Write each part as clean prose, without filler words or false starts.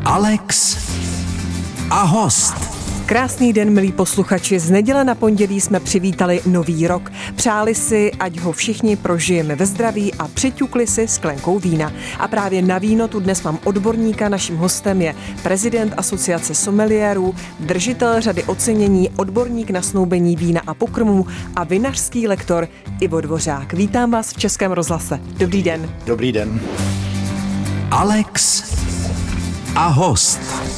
Alex a host. Krásný den, milí posluchači. Z neděle na pondělí jsme přivítali nový rok. Přáli si, ať ho všichni prožijeme ve zdraví a přiťukli si sklenkou vína. A právě na víno tu dnes mám odborníka. Naším hostem je prezident Asociace sommeliérů, držitel řady ocenění, odborník na snoubení vína a pokrmů a vinařský lektor Ivo Dvořák. Vítám vás v Českém rozhlase. Dobrý den. Dobrý den. Alex a host.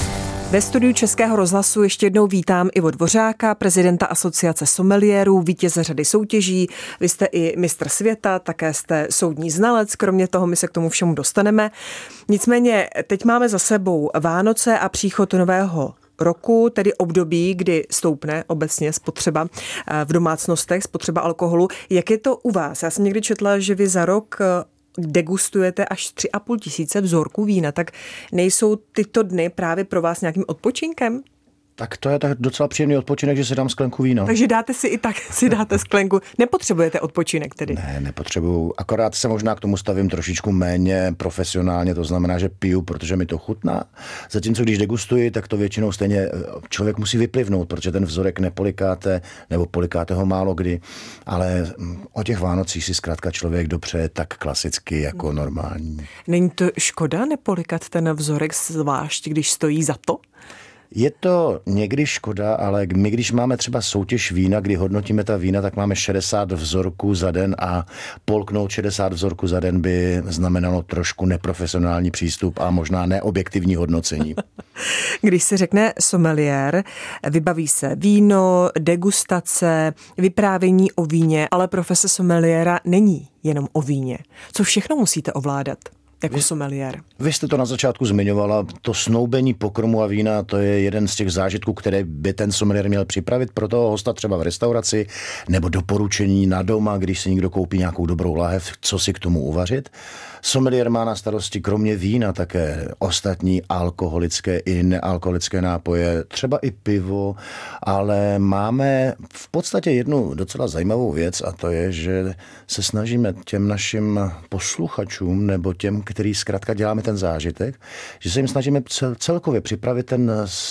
Ve studiu Českého rozhlasu ještě jednou vítám Ivo Dvořáka, prezidenta Asociace sommeliérů, vítěze řady soutěží. Vy jste i mistr světa, také jste soudní znalec, kromě toho my se k tomu všemu dostaneme. Nicméně teď máme za sebou Vánoce a příchod nového roku, tedy období, kdy stoupne obecně spotřeba v domácnostech, spotřeba alkoholu. Jak je to u vás? Já jsem někdy četla, že vy za rok degustujete až 3,5 tisíce vzorků vína, tak nejsou tyto dny právě pro vás nějakým odpočinkem? Tak to je tak docela příjemný odpočinek, že si dám sklenku vína. Takže dáte si i tak, si dáte sklenku. Nepotřebujete odpočinek tedy? Ne, nepotřebuju. Akorát se možná k tomu stavím trošičku méně profesionálně, to znamená, že piju, protože mi to chutná. Zatímco když degustuji, tak to většinou stejně člověk musí vyplivnout, protože ten vzorek nepolikáte, nebo polikáte ho málo kdy, ale o těch Vánocích si zkrátka člověk dopřeje tak klasicky jako normální. Není to škoda nepolikat ten vzorek, zvlášť když stojí za to? Je to někdy škoda, ale my, když máme třeba soutěž vína, kdy hodnotíme ta vína, tak máme 60 vzorků za den a polknout 60 vzorků za den by znamenalo trošku neprofesionální přístup a možná neobjektivní hodnocení. Když se řekne sommeliér, vybaví se víno, degustace, vyprávění o víně, ale profese sommeliéra není jenom o víně. Co všechno musíte ovládat jako sommeliér? Vy jste to na začátku zmiňovala, to snoubení pokrmu a vína, to je jeden z těch zážitků, které by ten sommeliér měl připravit pro toho hosta třeba v restauraci, nebo doporučení na doma, když si někdo koupí nějakou dobrou láhev, co si k tomu uvařit. Sommeliér má na starosti kromě vína také ostatní alkoholické i nealkoholické nápoje, třeba i pivo, ale máme v podstatě jednu docela zajímavou věc a to je, že se snažíme těm našim posluchačům nebo těm, který zkrátka děláme ten zážitek, že se jim snažíme celkově připravit ten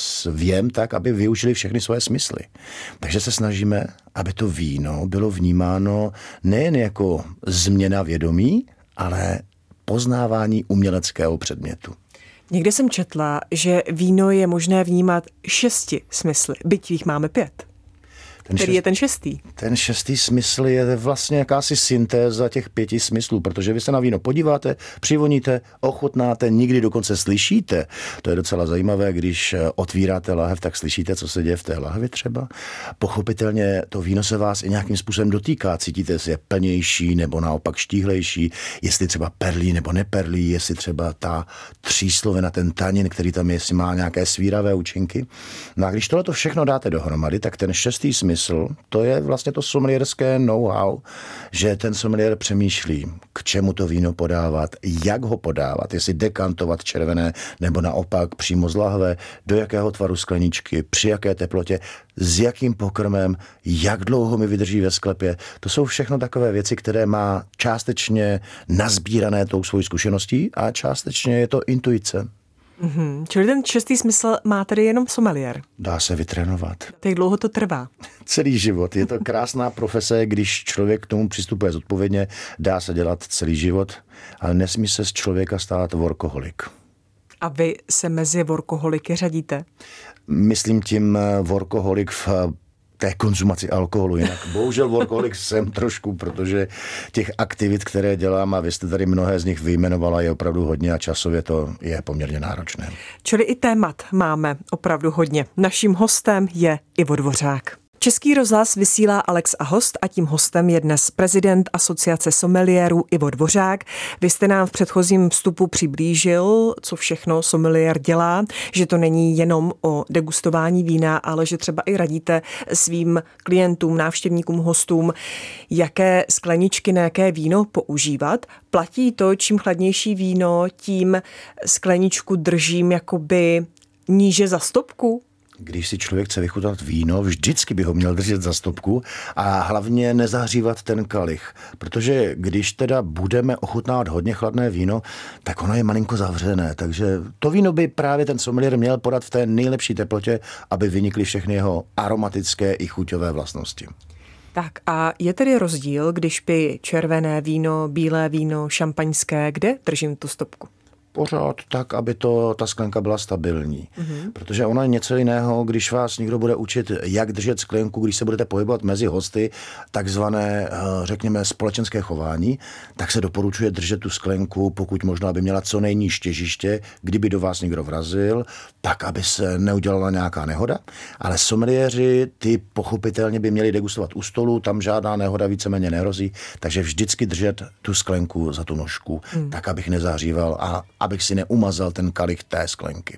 věm tak, aby využili všechny svoje smysly. Takže se snažíme, aby to víno bylo vnímáno nejen jako změna vědomí, ale poznávání uměleckého předmětu. Někde jsem četla, že víno je možné vnímat 6 smysly, byť jich máme 5. Který je ten 6? Ten 6. smysl je vlastně jakási syntéza těch 5 smyslů, protože vy se na víno podíváte, přivoníte, ochutnáte, nikdy dokonce slyšíte. To je docela zajímavé, když otvíráte láhev, tak slyšíte, co se děje v té láhvi třeba. Pochopitelně to víno se vás i nějakým způsobem dotýká. Cítíte, jestli je plnější nebo naopak štíhlejší, jestli třeba perlí nebo neperlí, jestli třeba ta tříslovina, ten tanin, který tam je, jestli má nějaké svíravé účinky. No a když tohle všechno dáte dohromady, tak ten 6. smysl, to je vlastně to sommelierské know-how, že ten sommelier přemýšlí, k čemu to víno podávat, jak ho podávat, jestli dekantovat červené nebo naopak přímo z lahve, do jakého tvaru skleničky, při jaké teplotě, s jakým pokrmem, jak dlouho mi vydrží ve sklepě. To jsou všechno takové věci, které má částečně nazbírané tou svojí zkušeností a částečně je to intuice. Čili ten 6. smysl má tedy jenom sommeliér. Dá se vytrénovat. Jak dlouho to trvá? Celý život. Je to krásná profese, když člověk k tomu přistupuje zodpovědně, dá se dělat celý život, ale nesmí se z člověka stát workoholik. A vy se mezi workoholiky řadíte? Myslím tím workoholik v té konzumaci alkoholu. Jinak bohužel workoholik jsem trošku, protože těch aktivit, které dělám, a vy jste tady mnohé z nich vyjmenovala, je opravdu hodně a časově to je poměrně náročné. Čili i témat máme opravdu hodně. Naším hostem je Ivo Dvořák. Český rozhlas vysílá Alex a host a tím hostem je dnes prezident Asociace sommeliérů Ivo Dvořák. Vy jste nám v předchozím vstupu přiblížil, co všechno sommeliér dělá, že to není jenom o degustování vína, ale že třeba i radíte svým klientům, návštěvníkům, hostům, jaké skleničky, na jaké víno používat. Platí to, čím chladnější víno, tím skleničku držím jakoby níže za stopku? Když si člověk chce vychutnat víno, vždycky by ho měl držet za stopku a hlavně nezahřívat ten kalich. Protože když teda budeme ochutnávat hodně chladné víno, tak ono je malinko zavřené. Takže to víno by právě ten sommelier měl podat v té nejlepší teplotě, aby vynikly všechny jeho aromatické i chuťové vlastnosti. Tak a je tedy rozdíl, když piji červené víno, bílé víno, šampaňské, kde držím tu stopku? Pořád tak, aby ta sklenka byla stabilní. Protože ono je něco jiného, když vás někdo bude učit, jak držet sklenku, když se budete pohybovat mezi hosty, takzvané, řekněme, společenské chování, tak se doporučuje držet tu sklenku, pokud možno, aby měla co nejníž těžiště, kdyby do vás někdo vrazil, tak, aby se neudělala nějaká nehoda. Ale sommeliéři, ty pochopitelně by měli degustovat u stolu, tam žádná nehoda víceméně nehrozí, takže vždycky držet tu sklenku za tu nožku, tak, abych nezahříval a abych si neumazal ten kalich té sklenky.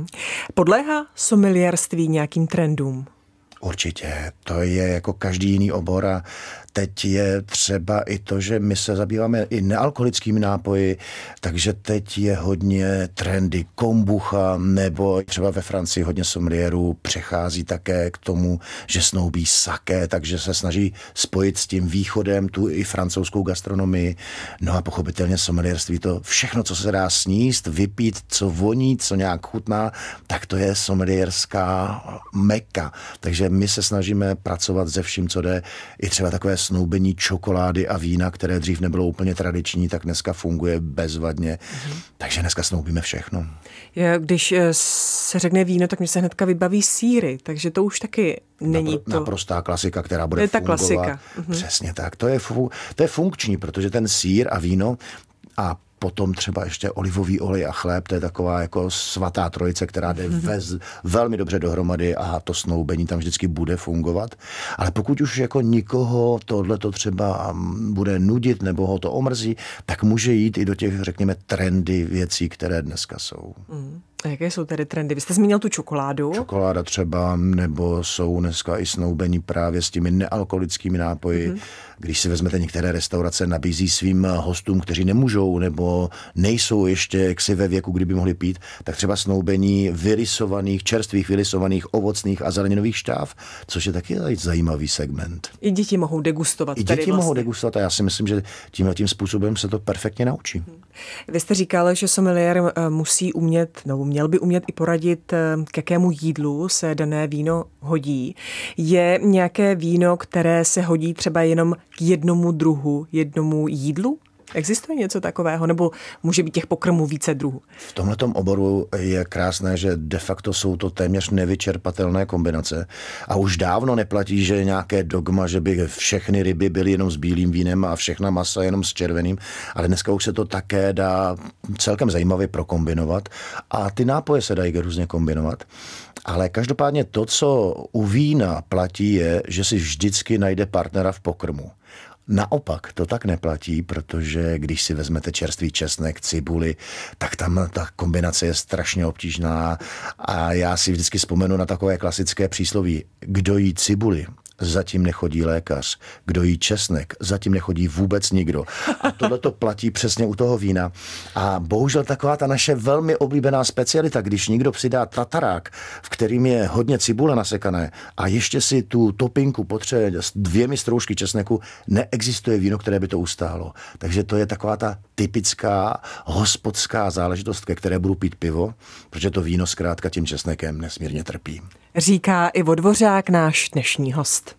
Podléhá someliérství nějakým trendům? Určitě, to je jako každý jiný obor a teď je třeba i to, že my se zabýváme i nealkoholickými nápoji, takže teď je hodně trendy kombucha, nebo třeba ve Francii hodně sommelierů přechází také k tomu, že snoubí saké, takže se snaží spojit s tím východem tu i francouzskou gastronomii. No a pochopitelně sommelierství, to všechno, co se dá sníst, vypít, co voní, co nějak chutná, tak to je sommelierská meka. Takže my se snažíme pracovat se vším, co jde, i třeba takové snoubení čokolády a vína, které dřív nebylo úplně tradiční, tak dneska funguje bezvadně. Takže dneska snoubíme všechno. Když se řekne víno, tak mi se hnedka vybaví sýry, takže to už taky není to. Naprostá klasika, která bude fungovat. Klasika. Přesně tak. To je funkční, protože ten sýr a víno a potom třeba ještě olivový olej a chléb, to je taková jako svatá trojice, která jde velmi dobře dohromady a to snoubení tam vždycky bude fungovat. Ale pokud už jako nikoho tohleto třeba bude nudit nebo ho to omrzí, tak může jít i do těch, řekněme, trendy věcí, které dneska jsou. A jaké jsou tedy trendy? Vy jste zmínil tu čokoládu. Čokoláda třeba, nebo jsou dneska i snoubení právě s těmi nealkoholickými nápoji. Když si vezmete, některé restaurace nabízí svým hostům, kteří nemůžou nebo nejsou ještě jaksi ve věku, kdyby mohli pít, tak třeba snoubení čerstvých vylisovaných ovocných a zeleninových šťáv, což je taky zajímavý segment. I děti mohou degustovat. I děti mohou degustovat a já si myslím, že tímhletím způsobem se to perfektně naučí. Vy jste říkal, že sommelier musí umět, nebo měl by umět i poradit, k jakému jídlu se dané víno hodí. Je nějaké víno, které se hodí třeba jenom k jednomu druhu, jednomu jídlu? Existuje něco takového? Nebo může být těch pokrmů více druhů? V tomhletom oboru je krásné, že de facto jsou to téměř nevyčerpatelné kombinace. A už dávno neplatí, že je nějaké dogma, že by všechny ryby byly jenom s bílým vínem a všechna masa jenom s červeným. Ale dneska už se to také dá celkem zajímavě prokombinovat. A ty nápoje se dají různě kombinovat. Ale každopádně to, co u vína platí, je, že si vždycky najde partnera v pokrmu. Naopak to tak neplatí, protože když si vezmete čerstvý česnek, cibuli, tak tam ta kombinace je strašně obtížná a já si vždycky vzpomenu na takové klasické přísloví: kdo jí cibuli, zatím nechodí lékař, kdo jí česnek, zatím nechodí vůbec nikdo. A tohle to platí přesně u toho vína. A bohužel taková ta naše velmi oblíbená specialita, když někdo přidá tatarák, v kterým je hodně cibule nasekané a ještě si tu topinku potře s 2 stroužky česneku, neexistuje víno, které by to ustálo. Takže to je taková ta typická hospodská záležitost, ke které budu pít pivo, protože to víno zkrátka tím česnekem nesmírně trpí. Říká Ivo Dvořák, náš dnešní host.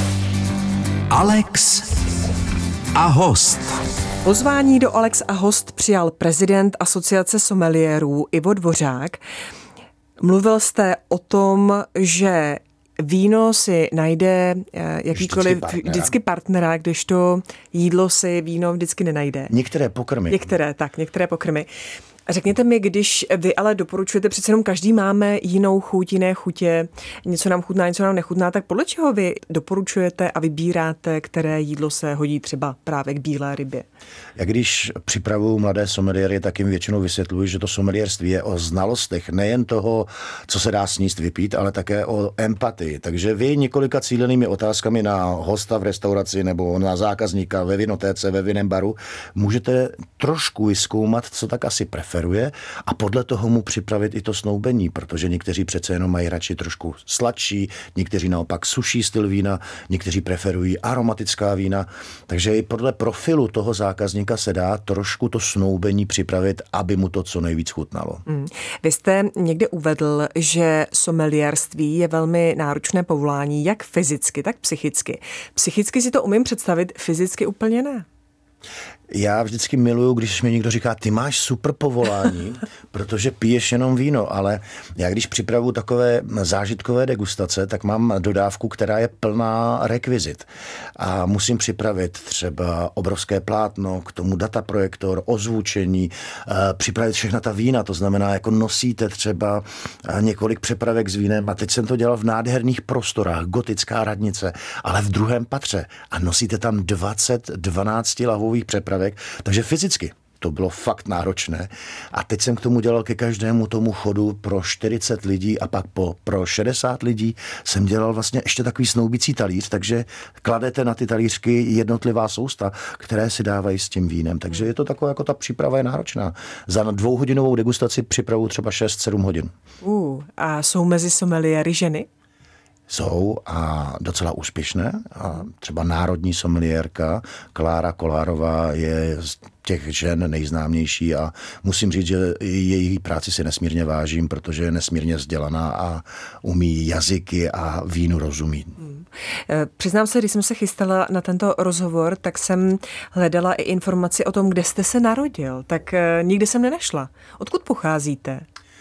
Alex a host. Pozvání do Alex a host přijal prezident Asociace sommeliérů Ivo Dvořák. Mluvil jste o tom, že víno si najde jakýkoliv vždycky partnera, kdežto jídlo si víno vždycky nenajde. Některé pokrmy. Některé pokrmy. Řekněte mi, když vy ale doporučujete, přece jenom každý máme jinou chuť, jiné chutě, něco nám chutná, něco nám nechutná, tak podle čeho vy doporučujete a vybíráte, které jídlo se hodí třeba právě k bílé rybě? Já když připravuju mladé sommeliéry, tak jim většinou vysvětluji, že to sommelierství je o znalostech nejen toho, co se dá sníst, vypít, ale také o empatii. Takže vy několika cílenými otázkami na hosta v restauraci nebo na zákazníka ve vinotéce, ve vinném baru můžete trošku vyzkoumat, co tak asi preferuje preferuje a podle toho mu připravit i to snoubení, protože někteří přece jenom mají radši trošku sladší, někteří naopak suší styl vína, někteří preferují aromatická vína, takže i podle profilu toho zákazníka se dá trošku to snoubení připravit, aby mu to co nejvíc chutnalo. Vy jste někde uvedl, že someliérství je velmi náročné povolání, jak fyzicky, tak psychicky. Psychicky si to umím představit, fyzicky úplně ne. Já vždycky miluju, když mi někdo říká, ty máš super povolání, protože piješ jenom víno, ale já když připravuju takové zážitkové degustace, tak mám dodávku, která je plná rekvizit. A musím připravit třeba obrovské plátno, k tomu dataprojektor, ozvučení, připravit všechna ta vína, to znamená, jako nosíte třeba několik přepravek s vínem a teď jsem to dělal v nádherných prostorách, gotická radnice, ale v druhém patře a nosíte tam 20 12-lavových přepravek, takže fyzicky to bylo fakt náročné. A teď jsem k tomu dělal ke každému tomu chodu pro 40 lidí a pak pro 60 lidí jsem dělal vlastně ještě takový snoubící talíř, takže kladete na ty talířky jednotlivá sousta, které si dávají s tím vínem. Takže je to takové, jako ta příprava je náročná. Za 2hodinovou degustaci připravu třeba 6-7 hodin. A jsou mezi someliéry ženy? Jsou a docela úspěšné. A třeba národní someliérka Klára Kolárová je z těch žen nejznámější a musím říct, že její práci si nesmírně vážím, protože je nesmírně vzdělaná a umí jazyky a vínu rozumí. Přiznám se, když jsem se chystala na tento rozhovor, tak jsem hledala i informaci o tom, kde jste se narodil. Tak nikde jsem nenašla. Odkud pocházíte?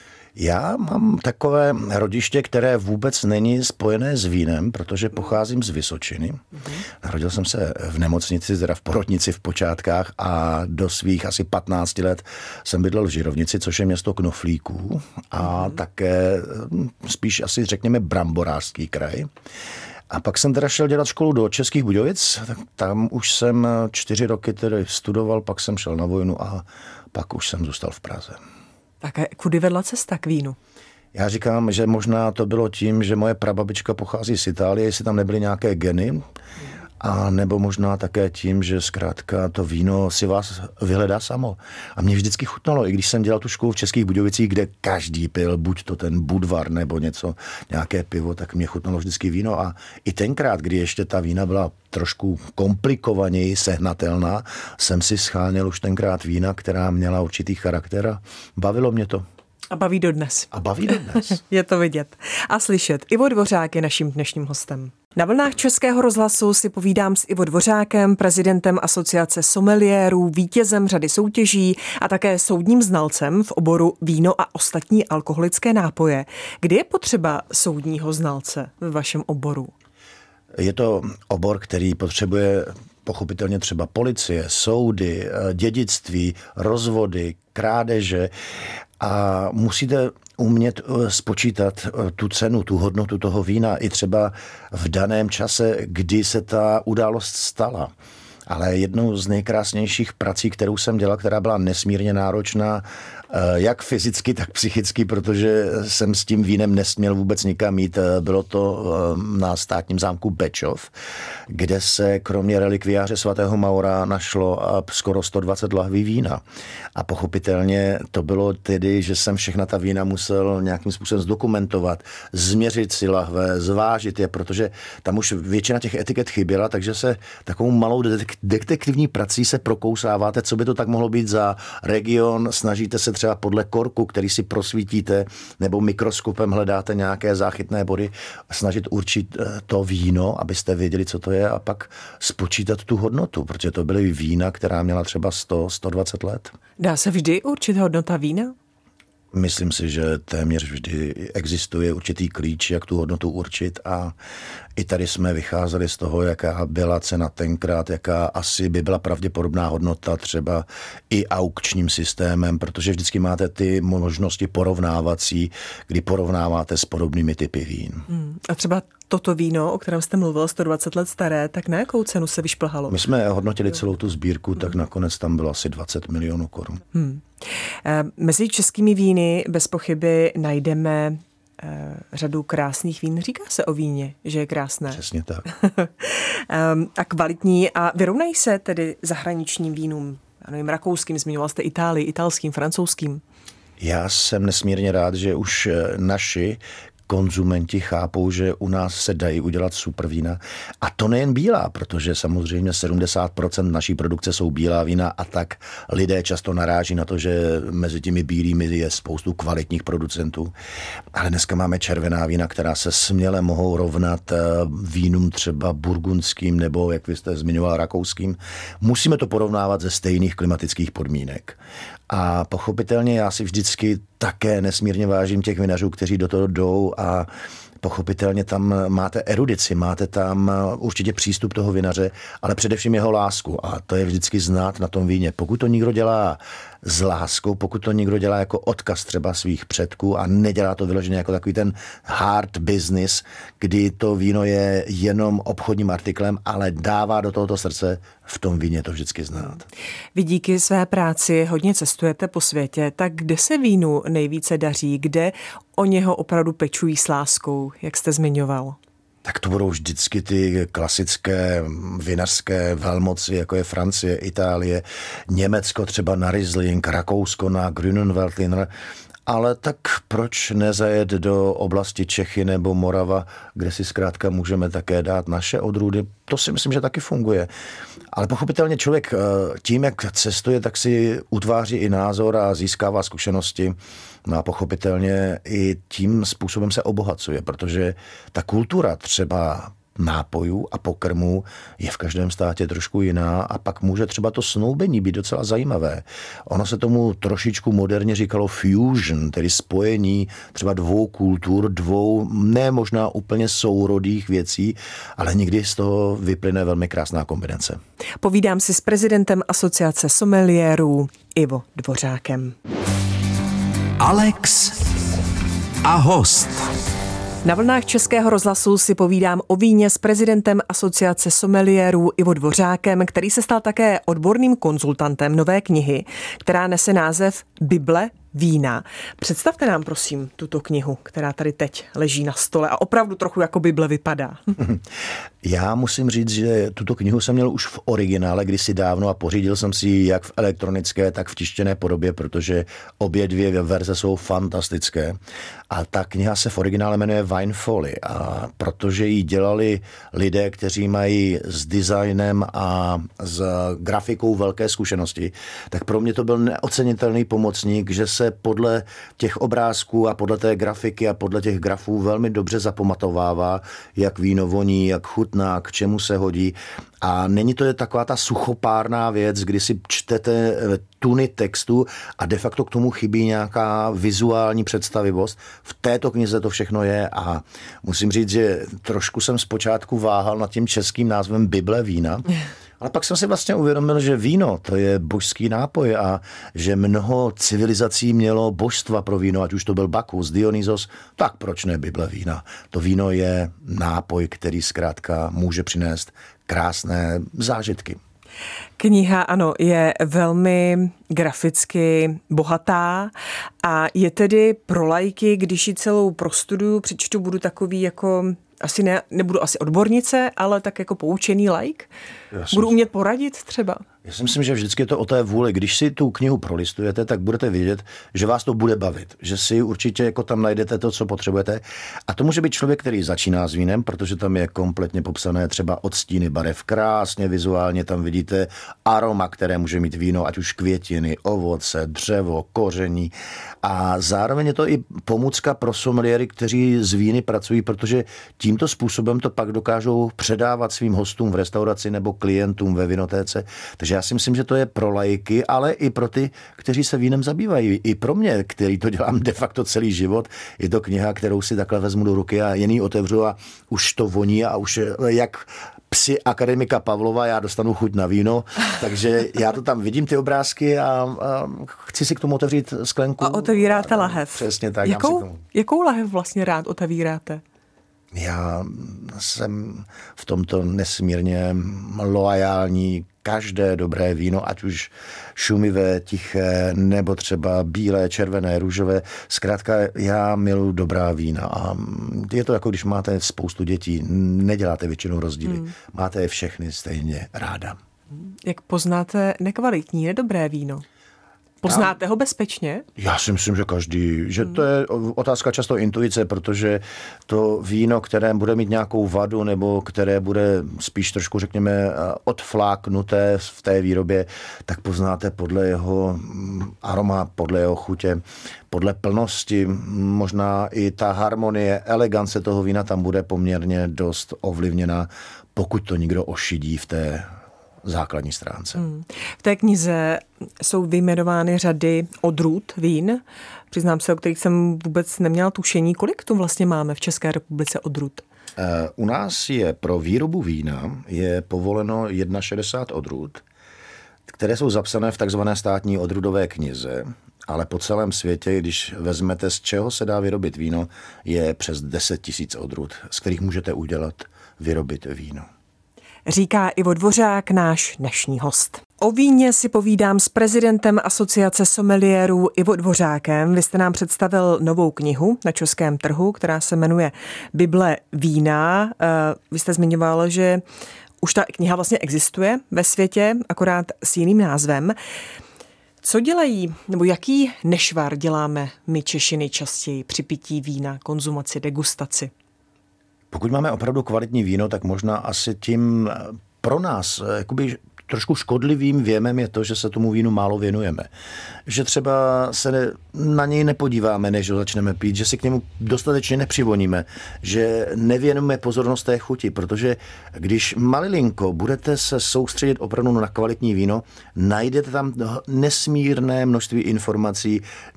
Já mám takové rodiště, které vůbec není spojené s vínem, protože pocházím z Vysočiny. Narodil jsem se v nemocnici, teda v porodnici v počátkách a do svých asi 15 let jsem bydlel v Žirovnici, což je město knoflíků a také spíš asi řekněme bramborářský kraj. A pak jsem teda šel dělat školu do Českých Budějovic, tak tam už jsem 4 roky tedy studoval, pak jsem šel na vojnu a pak už jsem zůstal v Praze. Tak kudy vedla cesta k vínu? Já říkám, že možná to bylo tím, že moje prababička pochází z Itálie, jestli tam nebyly nějaké geny, a nebo možná také tím, že zkrátka to víno si vás vyhledá samo. A mě vždycky chutnalo, i když jsem dělal tu školu v Českých Budějovicích, kde každý pil, buď to ten Budvar nebo něco, nějaké pivo, tak mě chutnalo vždycky víno. A i tenkrát, kdy ještě ta vína byla trošku komplikovaněji sehnatelná, jsem si scháněl už tenkrát vína, která měla určitý charakter a bavilo mě to. A baví dodnes. A baví dodnes. Je to vidět. A slyšet. Ivo Dvořák je naším dnešním hostem. Na vlnách Českého rozhlasu si povídám s Ivo Dvořákem, prezidentem Asociace someliérů, vítězem řady soutěží a také soudním znalcem v oboru víno a ostatní alkoholické nápoje. Kdy je potřeba soudního znalce ve vašem oboru? Je to obor, který potřebuje pochopitelně třeba policie, soudy, dědictví, rozvody, krádeže a musíte umět spočítat tu cenu, tu hodnotu toho vína i třeba v daném čase, kdy se ta událost stala. Ale jednou z nejkrásnějších prací, kterou jsem dělal, která byla nesmírně náročná, jak fyzicky, tak psychicky, protože jsem s tím vínem nesměl vůbec nikam jít. Bylo to na státním zámku Bečov, kde se kromě relikviáře svatého Maura našlo skoro 120 lahví vína. A pochopitelně to bylo tedy, že jsem všechna ta vína musel nějakým způsobem zdokumentovat, změřit si lahve, zvážit je, protože tam už většina těch etiket chyběla, takže se takovou malou detektivní prací se prokousáváte, co by to tak mohlo být za region, snažíte se třeba podle korku, který si prosvítíte, nebo mikroskopem hledáte nějaké záchytné body, snažit určit to víno, abyste věděli, co to je a pak spočítat tu hodnotu, protože to byly vína, která měla třeba 100-120 let. Dá se vždy určit hodnota vína? Myslím si, že téměř vždy existuje určitý klíč, jak tu hodnotu určit a i tady jsme vycházeli z toho, jaká byla cena tenkrát, jaká asi by byla pravděpodobná hodnota třeba i aukčním systémem, protože vždycky máte ty možnosti porovnávací, kdy porovnáváte s podobnými typy vín. A třeba toto víno, o kterém jste mluvil, 120 let staré, tak na jakou cenu se vyšplhalo? My jsme hodnotili celou tu sbírku, tak nakonec tam bylo asi 20 milionů korun. Mezi českými víny bez pochyby najdeme řadu krásných vín. Říká se o víně, že je krásné. Přesně tak. A kvalitní a vyrovnají se tedy zahraničním vínům nevím, rakouským, zmiňoval jste Itálii, italským, francouzským. Já jsem nesmírně rád, že už naši konzumenti chápou, že u nás se dají udělat super vína. A to nejen bílá, protože samozřejmě 70% naší produkce jsou bílá vína a tak lidé často naráží na to, že mezi těmi bílými je spoustu kvalitních producentů. Ale dneska máme červená vína, která se směle mohou rovnat vínům třeba burgundským nebo, jak vy jste zmiňoval, rakouským. Musíme to porovnávat ze stejných klimatických podmínek. A pochopitelně já si vždycky také nesmírně vážím těch vinařů, kteří do toho jdou a pochopitelně tam máte erudici, máte tam určitě přístup toho vinaře, ale především jeho lásku a to je vždycky znát na tom víně. Pokud to někdo dělá s láskou, pokud to někdo dělá jako odkaz třeba svých předků a nedělá to vyloženě jako takový ten hard business, kdy to víno je jenom obchodním artiklem, ale dává do tohoto srdce, v tom víně to vždycky znát. Vy díky své práci hodně cestujete po světě, tak kde se vínu nejvíce daří, kde o něho opravdu pečují s láskou, jak jste zmiňoval? Tak to budou vždycky ty klasické vinařské velmoci, jako je Francie, Itálie, Německo třeba na Riesling, Rakousko na Grünen Veltliner, ale tak proč nezajet do oblasti Čechy nebo Morava, kde si zkrátka můžeme také dát naše odrůdy, to si myslím, že taky funguje. Ale pochopitelně člověk tím, jak cestuje, tak si utváří i názor a získává zkušenosti. No a pochopitelně i tím způsobem se obohacuje, protože ta kultura třeba nápojů a pokrmů je v každém státě trošku jiná a pak může třeba to snoubení být docela zajímavé. Ono se tomu trošičku moderně říkalo fusion, tedy spojení třeba dvou kultur, dvou ne možná úplně sourodých věcí, ale někdy z toho vyplyne velmi krásná kombinace. Povídám si s prezidentem Asociace sommeliérů Ivo Dvořákem. Alex a host. Na vlnách Českého rozhlasu si povídám o víně s prezidentem Asociace sommeliérů Ivo Dvořákem, který se stal také odborným konzultantem nové knihy, která nese název Bible vína. Představte nám prosím tuto knihu, která tady teď leží na stole a opravdu trochu jako Bible vypadá. Já musím říct, že tuto knihu jsem měl už v originále kdysi dávno a pořídil jsem si ji jak v elektronické, tak v tištěné podobě, protože obě dvě verze jsou fantastické. A ta kniha se v originále jmenuje Wine Folly a protože ji dělali lidé, kteří mají s designem a s grafikou velké zkušenosti, tak pro mě to byl neocenitelný pomocník, že se podle těch obrázků a podle té grafiky a podle těch grafů velmi dobře zapamatovává, jak víno voní, jak chutná, k čemu se hodí. A není to taková ta suchopárná věc, kdy si čtete tuny textu a de facto k tomu chybí nějaká vizuální představivost. V této knize to všechno je a musím říct, že trošku jsem zpočátku váhal nad tím českým názvem Bible vína. Ale pak jsem si vlastně uvědomil, že víno to je božský nápoj a že mnoho civilizací mělo božstva pro víno, ať už to byl Bakus, Dionysos, tak proč ne Bible vína? To víno je nápoj, který zkrátka může přinést krásné zážitky. Kniha, ano, je velmi graficky bohatá a je tedy pro laiky, když ji celou prostuduju, přečtu, budu takový jako, nebudu asi odbornice, ale tak jako poučený laik. Budu umět poradit třeba. Já si myslím, že vždycky je to o té vůli. Když si tu knihu prolistujete, tak budete vědět, že vás to bude bavit. Že si určitě jako tam najdete to, co potřebujete. A to může být člověk, který začíná s vínem, protože tam je kompletně popsané třeba odstíny barev. Krásně vizuálně tam vidíte aroma, které může mít víno, ať už květiny, ovoce, dřevo, koření. A zároveň je to i pomůcka pro sommeliéry, kteří s víny pracují, protože tímto způsobem to pak dokážou předávat svým hostům v restauraci nebo klientům ve vinotéce. Takže já si myslím, že to je pro laiky, ale i pro ty, kteří se vínem zabývají. I pro mě, který to dělám de facto celý život, je to kniha, kterou si takhle vezmu do ruky a jen ji otevřu a už to voní a už jak psi akademika Pavlova, já dostanu chuť na víno, takže já to tam vidím, ty obrázky a chci si k tomu otevřít sklenku. A otevíráte lahev. Přesně tak. Jakou lahev vlastně rád otevíráte? Já jsem v tomto nesmírně loajální. Každé dobré víno, ať už šumivé, tiché, nebo třeba bílé, červené, růžové. Zkrátka já miluji dobrá vína a je to jako když máte spoustu dětí, neděláte většinou rozdíly. Máte je všechny stejně ráda. Jak poznáte nekvalitní, nedobré víno? Poznáte ho bezpečně? Já si myslím, že každý, že to je otázka často intuice, protože to víno, které bude mít nějakou vadu nebo které bude spíš trošku, řekněme, odfláknuté v té výrobě, tak poznáte podle jeho aroma, podle jeho chutě, podle plnosti, možná i ta harmonie, elegance toho vína tam bude poměrně dost ovlivněna, pokud to někdo ošidí v té základní stránce. V té knize jsou vyjmenovány řady odrůd vín. Přiznám se, o kterých jsem vůbec neměla tušení. Kolik tu vlastně máme v České republice odrůd? U nás je pro výrobu vína je povoleno 61 odrůd, které jsou zapsané v takzvané státní odrůdové knize, ale po celém světě, když vezmete, z čeho se dá vyrobit víno, je přes 10 000 odrůd, z kterých můžete vyrobit víno. Říká Ivo Dvořák, náš dnešní host. O víně si povídám s prezidentem Asociace sommeliérů Ivo Dvořákem. Vy jste nám představil novou knihu na českém trhu, která se jmenuje Bible vína. Vy jste zmiňoval, že už ta kniha vlastně existuje ve světě, akorát s jiným názvem. Co dělají, nebo jaký nešvar děláme my Češi nejčastěji při pití vína, konzumaci, degustaci? Pokud máme opravdu kvalitní víno, tak možná asi tím pro nás jakoby trošku škodlivým věmem je to, že se tomu vínu málo věnujeme. Že třeba se na něj nepodíváme, než ho začneme pít, že si k němu dostatečně nepřivoníme, že nevěnujeme pozornost té chuti, protože když malilinko budete se soustředit opravdu na kvalitní víno, najdete tam nesmírné množství informací,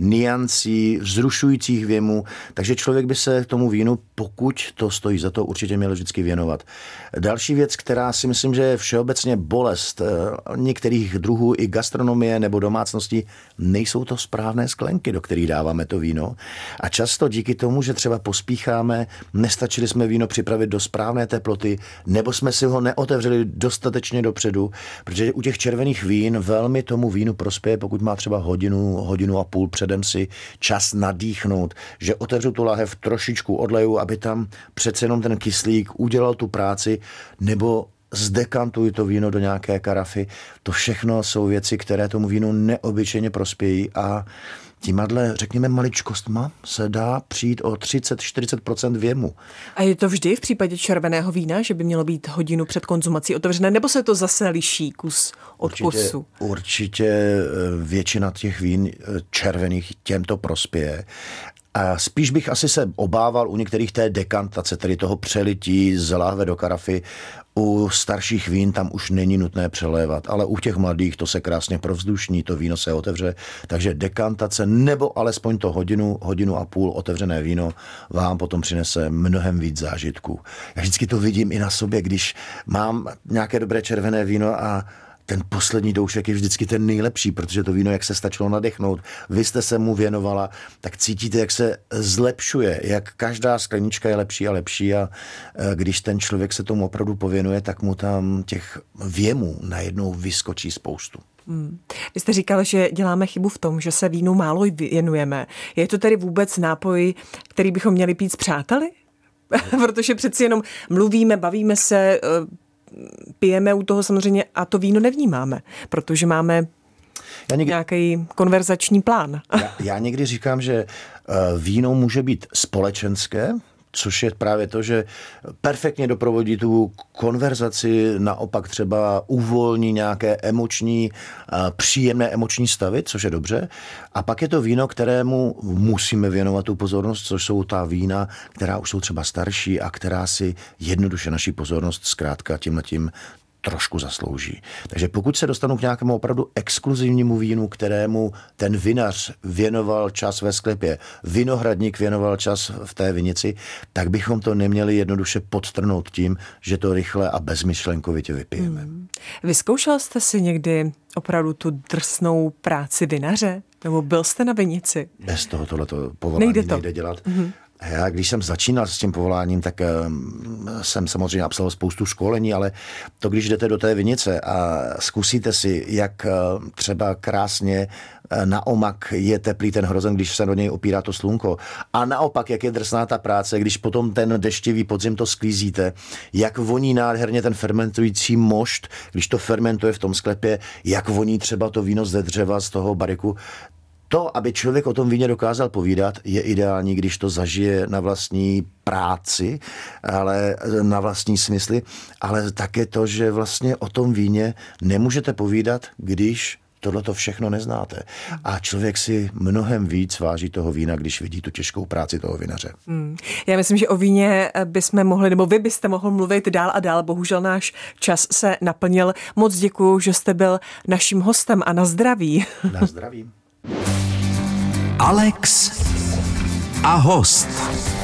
nuancí, vzrušujících věmů, takže člověk by se tomu vínu, pokud to stojí za to, určitě měl vždycky věnovat. Další věc, která si myslím, že je všeobecně bolest některých druhů i gastronomie nebo domácností, nejsou to správné sklenky, do kterých dáváme to víno. A často díky tomu, že třeba pospícháme, nestačili jsme víno připravit do správné teploty, nebo jsme si ho neotevřeli dostatečně dopředu, protože u těch červených vín velmi tomu vínu prospěje, pokud má třeba hodinu a půl předem si čas nadýchnout, že otevřu tu lahev, trošičku odleju, aby tam přece jenom ten kyslík udělal tu práci, nebo zdekantuji to víno do nějaké karafy. To všechno jsou věci, které tomu vínu neobyčejně prospějí a tímhle, řekněme, maličkostma se dá přijít o 30-40% věmu. A je to vždy v případě červeného vína, že by mělo být hodinu před konzumací otevřené, nebo se to zase liší kus od kusu? Určitě většina těch vín červených těmto prospěje. A spíš bych asi se obával u některých té dekantace, tedy toho přelití z láhve do karafy. U starších vín tam už není nutné přelévat, ale u těch mladých to se krásně provzdušní, to víno se otevře, takže dekantace nebo alespoň to hodinu a půl otevřené víno vám potom přinese mnohem víc zážitků. Já vždycky to vidím i na sobě, když mám nějaké dobré červené víno a ten poslední doušek je vždycky ten nejlepší, protože to víno, jak se stačilo nadechnout, vy jste se mu věnovala, tak cítíte, jak se zlepšuje, jak každá sklenička je lepší a lepší a když ten člověk se tomu opravdu pověnuje, tak mu tam těch věmů najednou vyskočí spoustu. Vy jste říkal, že děláme chybu v tom, že se vínu málo věnujeme. Je to tedy vůbec nápoj, který bychom měli pít s přáteli? Protože přeci jenom mluvíme, bavíme se, pijeme u toho samozřejmě a to víno nevnímáme, protože máme nějaký konverzační plán. Já někdy říkám, že víno může být společenské, což je právě to, že perfektně doprovodí tu konverzaci, naopak třeba uvolní nějaké příjemné emoční stavy, což je dobře. A pak je to víno, kterému musíme věnovat tu pozornost, což jsou ta vína, která už jsou třeba starší a která si jednoduše naší pozornost zkrátka tímhletím trošku zaslouží. Takže pokud se dostanu k nějakému opravdu exkluzivnímu vínu, kterému ten vinař věnoval čas ve sklepě, vinohradník věnoval čas v té vinici, tak bychom to neměli jednoduše podtrhnout tím, že to rychle a bezmyšlenkovitě vypijeme. Vyzkoušel jste si někdy opravdu tu drsnou práci vinaře? Nebo byl jste na vinici? Bez toho tohleto povolání nejde dělat. Já, když jsem začínal s tím povoláním, tak jsem samozřejmě absolvoval spoustu školení, ale to, když jdete do té vinice a zkusíte si, jak třeba krásně na omak je teplý ten hrozen, když se do něj opírá to slunko. A naopak, jak je drsná ta práce, když potom ten deštivý podzim to sklízíte, jak voní nádherně ten fermentující mošt, když to fermentuje v tom sklepě, jak voní třeba to víno ze dřeva, z toho bariku. To, aby člověk o tom víně dokázal povídat, je ideální, když to zažije na vlastní práci, ale na vlastní smysly, ale také to, že vlastně o tom víně nemůžete povídat, když tohleto všechno neznáte. A člověk si mnohem víc váží toho vína, když vidí tu těžkou práci toho vinaře. Já myslím, že o víně bychom mohli, nebo vy byste mohl mluvit dál a dál. Bohužel náš čas se naplnil. Moc děkuju, že jste byl naším hostem a na zdraví. Na zdraví. Alex a host.